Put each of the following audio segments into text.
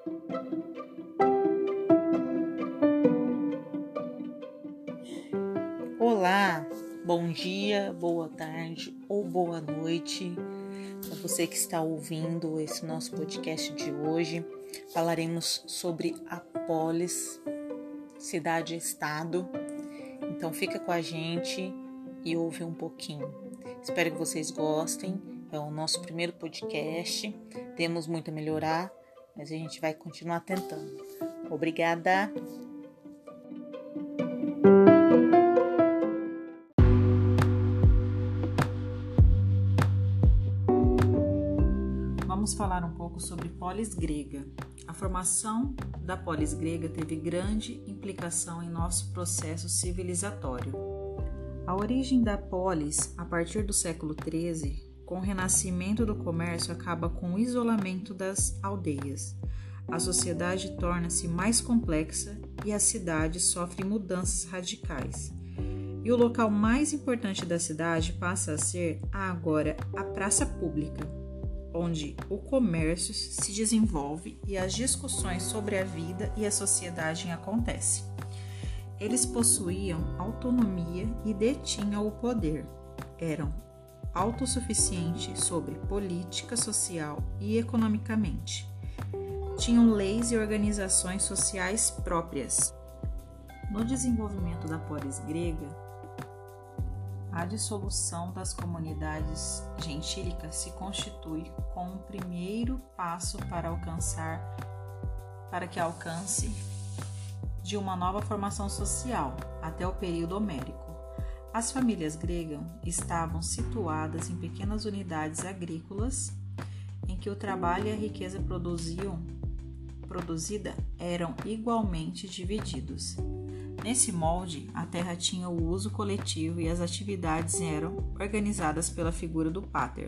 Olá, bom dia, boa tarde ou boa noite. Para você que está ouvindo esse nosso podcast de hoje, falaremos sobre a polis, cidade e estado. Então fica com a gente e ouve um pouquinho. Espero que vocês gostem. É o nosso primeiro podcast. Temos muito a melhorar, mas a gente vai continuar tentando. Obrigada! Vamos falar um pouco sobre polis grega. A formação da polis grega teve grande implicação em nosso processo civilizatório. A origem da polis, a partir do século XIII, com o renascimento do comércio, acaba com o isolamento das aldeias. A sociedade torna-se mais complexa e a cidade sofre mudanças radicais. E o local mais importante da cidade passa a ser agora a praça pública, onde o comércio se desenvolve e as discussões sobre a vida e a sociedade acontecem. Eles possuíam autonomia e detinham o poder. Eram autossuficientes sobre política, social e economicamente. Tinham leis e organizações sociais próprias. No desenvolvimento da polis grega, a dissolução das comunidades gentílicas se constitui como um primeiro passo para que alcance de uma nova formação social até o período homérico. As famílias gregas estavam situadas em pequenas unidades agrícolas em que o trabalho e a riqueza produzida eram igualmente divididos. Nesse molde, a terra tinha o uso coletivo e as atividades eram organizadas pela figura do pater.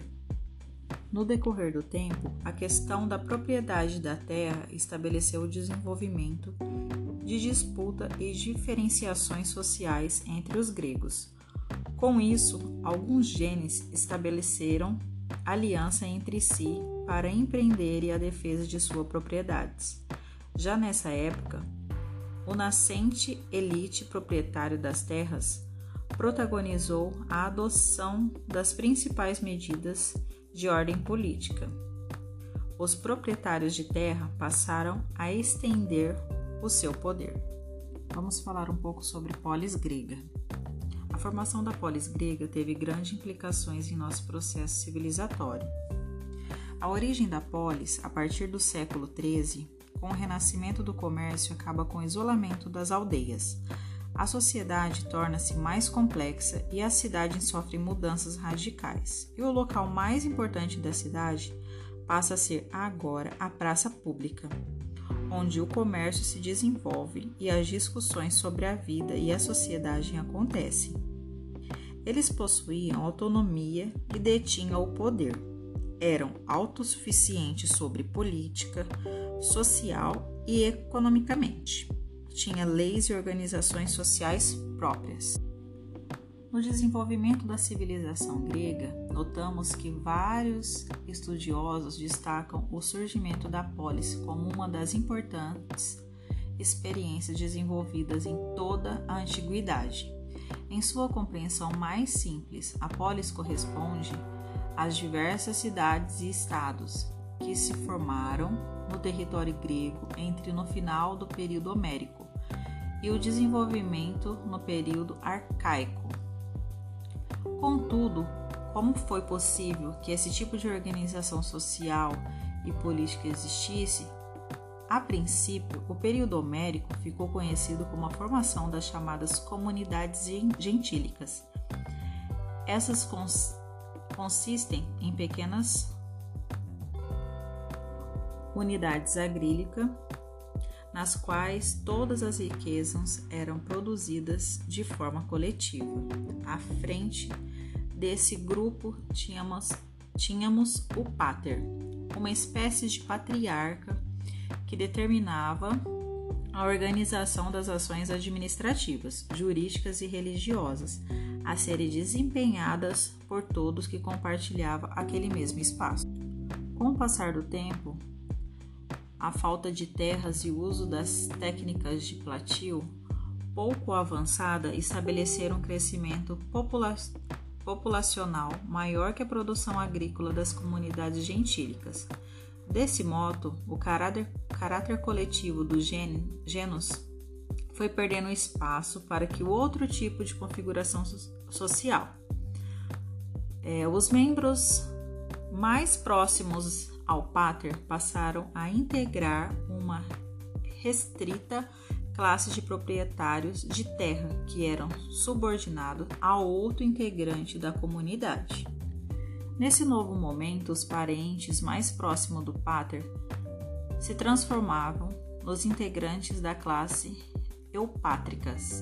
No decorrer do tempo, a questão da propriedade da terra estabeleceu o desenvolvimento de disputa e diferenciações sociais entre os gregos. Com isso, alguns genes estabeleceram aliança entre si para empreenderem a defesa de suas propriedades. Já nessa época, o nascente elite proprietário das terras protagonizou a adoção das principais medidas de ordem política. Os proprietários de terra passaram a estender o seu poder. Vamos falar um pouco sobre polis grega. A formação da polis grega teve grandes implicações em nosso processo civilizatório. A origem da polis, a partir do século XIII, com o renascimento do comércio, acaba com o isolamento das aldeias. A sociedade torna-se mais complexa e a cidade sofre mudanças radicais. E o local mais importante da cidade passa a ser agora a praça pública, onde o comércio se desenvolve e as discussões sobre a vida e a sociedade acontecem. Eles possuíam autonomia e detinham o poder. Eram autossuficientes sobre política, social e economicamente. Tinha leis e organizações sociais próprias. No desenvolvimento da civilização grega, notamos que vários estudiosos destacam o surgimento da polis como uma das importantes experiências desenvolvidas em toda a antiguidade. Em sua compreensão mais simples, a polis corresponde às diversas cidades e estados que se formaram no território grego no final do período homérico e o desenvolvimento no período arcaico. Contudo, como foi possível que esse tipo de organização social e política existisse? A princípio, o período homérico ficou conhecido como a formação das chamadas comunidades gentílicas. Essas consistem em pequenas unidades agrícolas, nas quais todas as riquezas eram produzidas de forma coletiva. À frente desse grupo tínhamos o pater, uma espécie de patriarca que determinava a organização das ações administrativas, jurídicas e religiosas a serem desempenhadas por todos que compartilhavam aquele mesmo espaço. Com o passar do tempo, a falta de terras e o uso das técnicas de plantio pouco avançada estabeleceram um crescimento populacional maior que a produção agrícola das comunidades gentílicas. Desse modo, o caráter coletivo do genus foi perdendo espaço para que o outro tipo de configuração social. Os membros mais próximos ao pater passaram a integrar uma restrita classe de proprietários de terra que eram subordinados a outro integrante da comunidade. Nesse novo momento, os parentes mais próximos do pater se transformavam nos integrantes da classe eupátridas,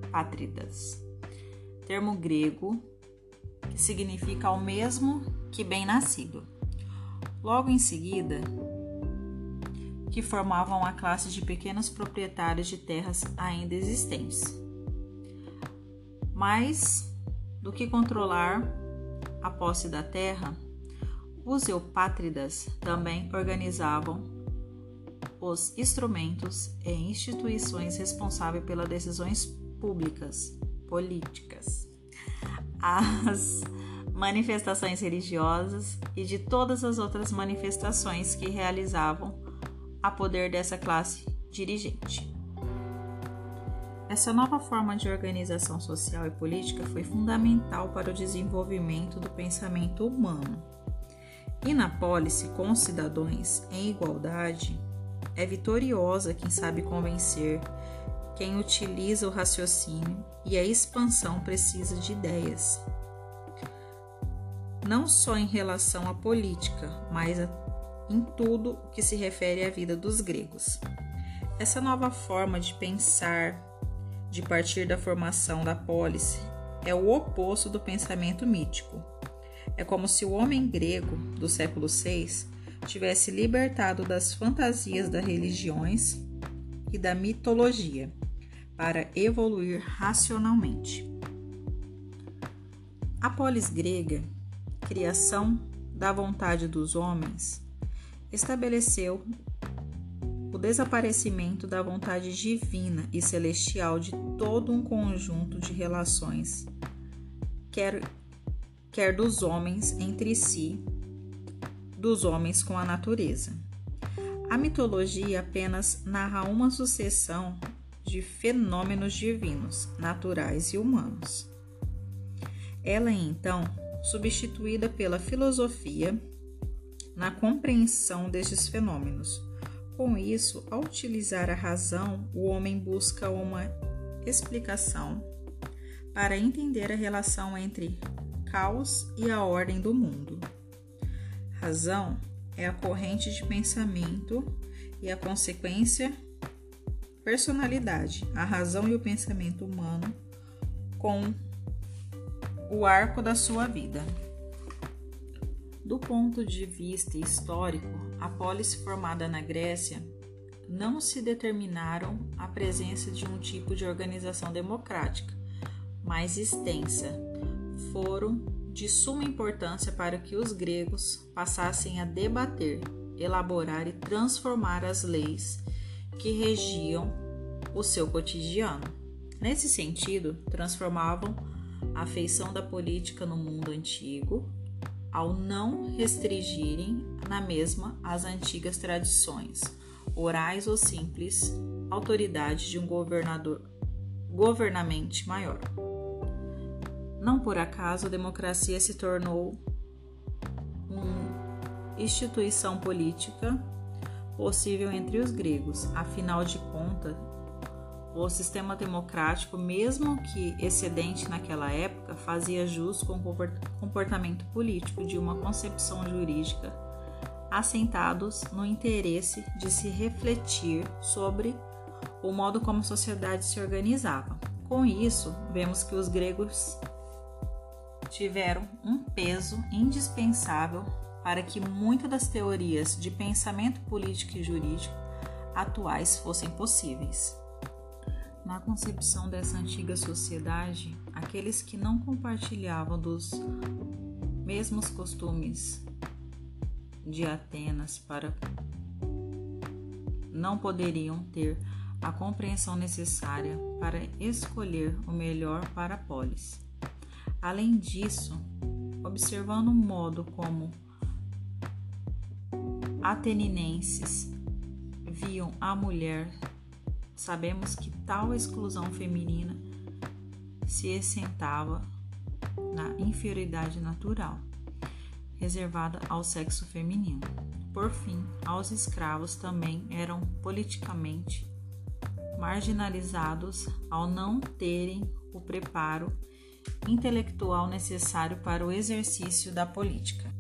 termo grego que significa o mesmo que bem-nascido. Logo em seguida, que formavam a classe de pequenos proprietários de terras ainda existentes. Mais do que controlar a posse da terra, os eupátridas também organizavam os instrumentos e instituições responsáveis pelas decisões políticas, as manifestações religiosas e de todas as outras manifestações que realizavam a poder dessa classe dirigente. Essa nova forma de organização social e política foi fundamental para o desenvolvimento do pensamento humano. E na polis com os cidadãos em igualdade, é vitoriosa quem sabe convencer, quem utiliza o raciocínio e a expansão precisa de ideias. Não só em relação à política, mas em tudo o que se refere à vida dos gregos. Essa nova forma de pensar, de partir da formação da polis, é o oposto do pensamento mítico. É como se o homem grego do século VI tivesse libertado das fantasias das religiões e da mitologia para evoluir racionalmente. A polis grega, criação da vontade dos homens, estabeleceu o desaparecimento da vontade divina e celestial de todo um conjunto de relações, quer dos homens entre si, dos homens com a natureza. A mitologia apenas narra uma sucessão de fenômenos divinos, naturais e humanos. Ela é, então, substituída pela filosofia na compreensão destes fenômenos. Com isso, ao utilizar a razão, o homem busca uma explicação para entender a relação entre caos e a ordem do mundo. Razão é a corrente de pensamento e a consequência, personalidade, a razão e o pensamento humano com o arco da sua vida. Do ponto de vista histórico, a polis formada na Grécia não se determinaram a presença de um tipo de organização democrática mais extensa. Foram de suma importância para que os gregos passassem a debater, elaborar e transformar as leis que regiam o seu cotidiano. Nesse sentido, transformavam a feição da política no mundo antigo, ao não restringirem na mesma as antigas tradições, orais ou simples, autoridade de um governante maior. Não por acaso a democracia se tornou uma instituição política possível entre os gregos. Afinal de contas, o sistema democrático, mesmo que excedente naquela época, fazia jus com o comportamento político de uma concepção jurídica assentados no interesse de se refletir sobre o modo como a sociedade se organizava. Com isso, vemos que os gregos tiveram um peso indispensável para que muitas das teorias de pensamento político e jurídico atuais fossem possíveis. Na concepção dessa antiga sociedade, aqueles que não compartilhavam dos mesmos costumes de Atenas para não poderiam ter a compreensão necessária para escolher o melhor para a polis. Além disso, observando o modo como ateninenses viam a mulher, sabemos que tal exclusão feminina se assentava na inferioridade natural, reservada ao sexo feminino. Por fim, aos escravos também eram politicamente marginalizados ao não terem o preparo intelectual necessário para o exercício da política.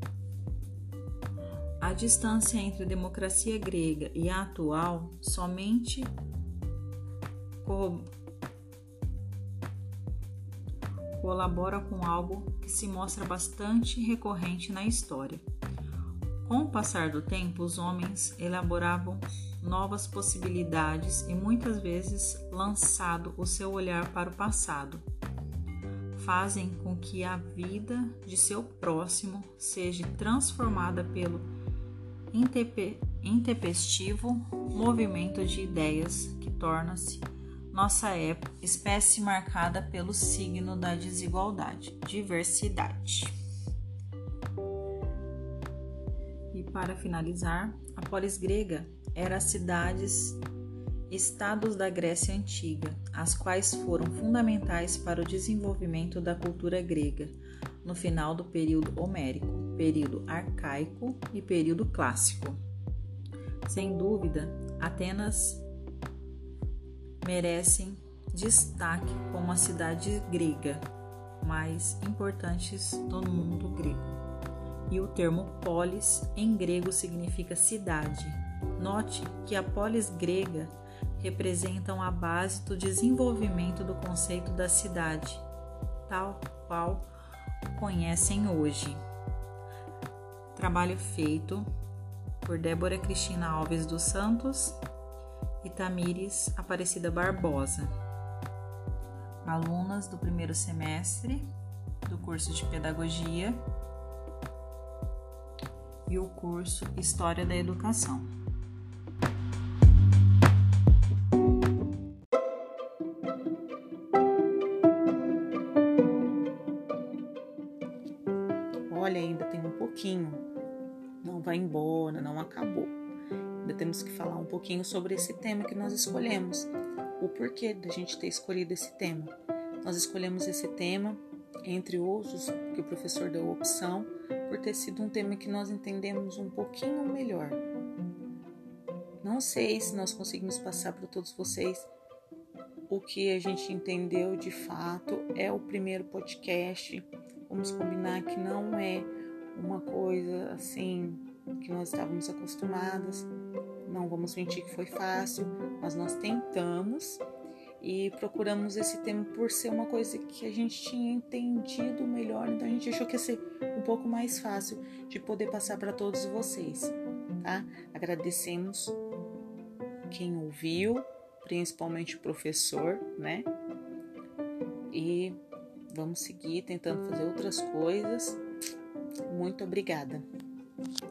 A distância entre a democracia grega e a atual somente colabora com algo que se mostra bastante recorrente na história. Com o passar do tempo, os homens elaboravam novas possibilidades e muitas vezes, lançado o seu olhar para o passado, fazem com que a vida de seu próximo seja transformada pelo intempestivo movimento de ideias que torna-se nossa espécie marcada pelo signo da desigualdade, diversidade. E para finalizar, a polis grega era as cidades-estados da Grécia Antiga, as quais foram fundamentais para o desenvolvimento da cultura grega no final do período homérico, período arcaico e período clássico. Sem dúvida, Atenas merecem destaque como a cidade grega mais importantes do mundo grego. E o termo polis em grego significa cidade. Note que a polis grega representam a base do desenvolvimento do conceito da cidade, tal qual conhecem hoje. Trabalho feito por Débora Cristina Alves dos Santos e Tamires Aparecida Barbosa, alunas do primeiro semestre do curso de Pedagogia e o curso História da Educação. Olha, ainda tem um pouquinho, não vai embora, não acabou. Ainda temos que falar um pouquinho sobre esse tema que nós escolhemos, o porquê da gente ter escolhido esse tema. Nós escolhemos esse tema, entre outros, que o professor deu a opção, por ter sido um tema que nós entendemos um pouquinho melhor. Não sei se nós conseguimos passar para todos vocês o que a gente entendeu de fato. É o primeiro podcast. Vamos combinar que não é uma coisa assim que nós estávamos acostumadas. Não vamos mentir que foi fácil, mas nós tentamos e procuramos esse tema por ser uma coisa que a gente tinha entendido melhor, então a gente achou que ia ser um pouco mais fácil de poder passar para todos vocês, tá? Agradecemos quem ouviu, principalmente o professor, né? E vamos seguir tentando fazer outras coisas. Muito obrigada.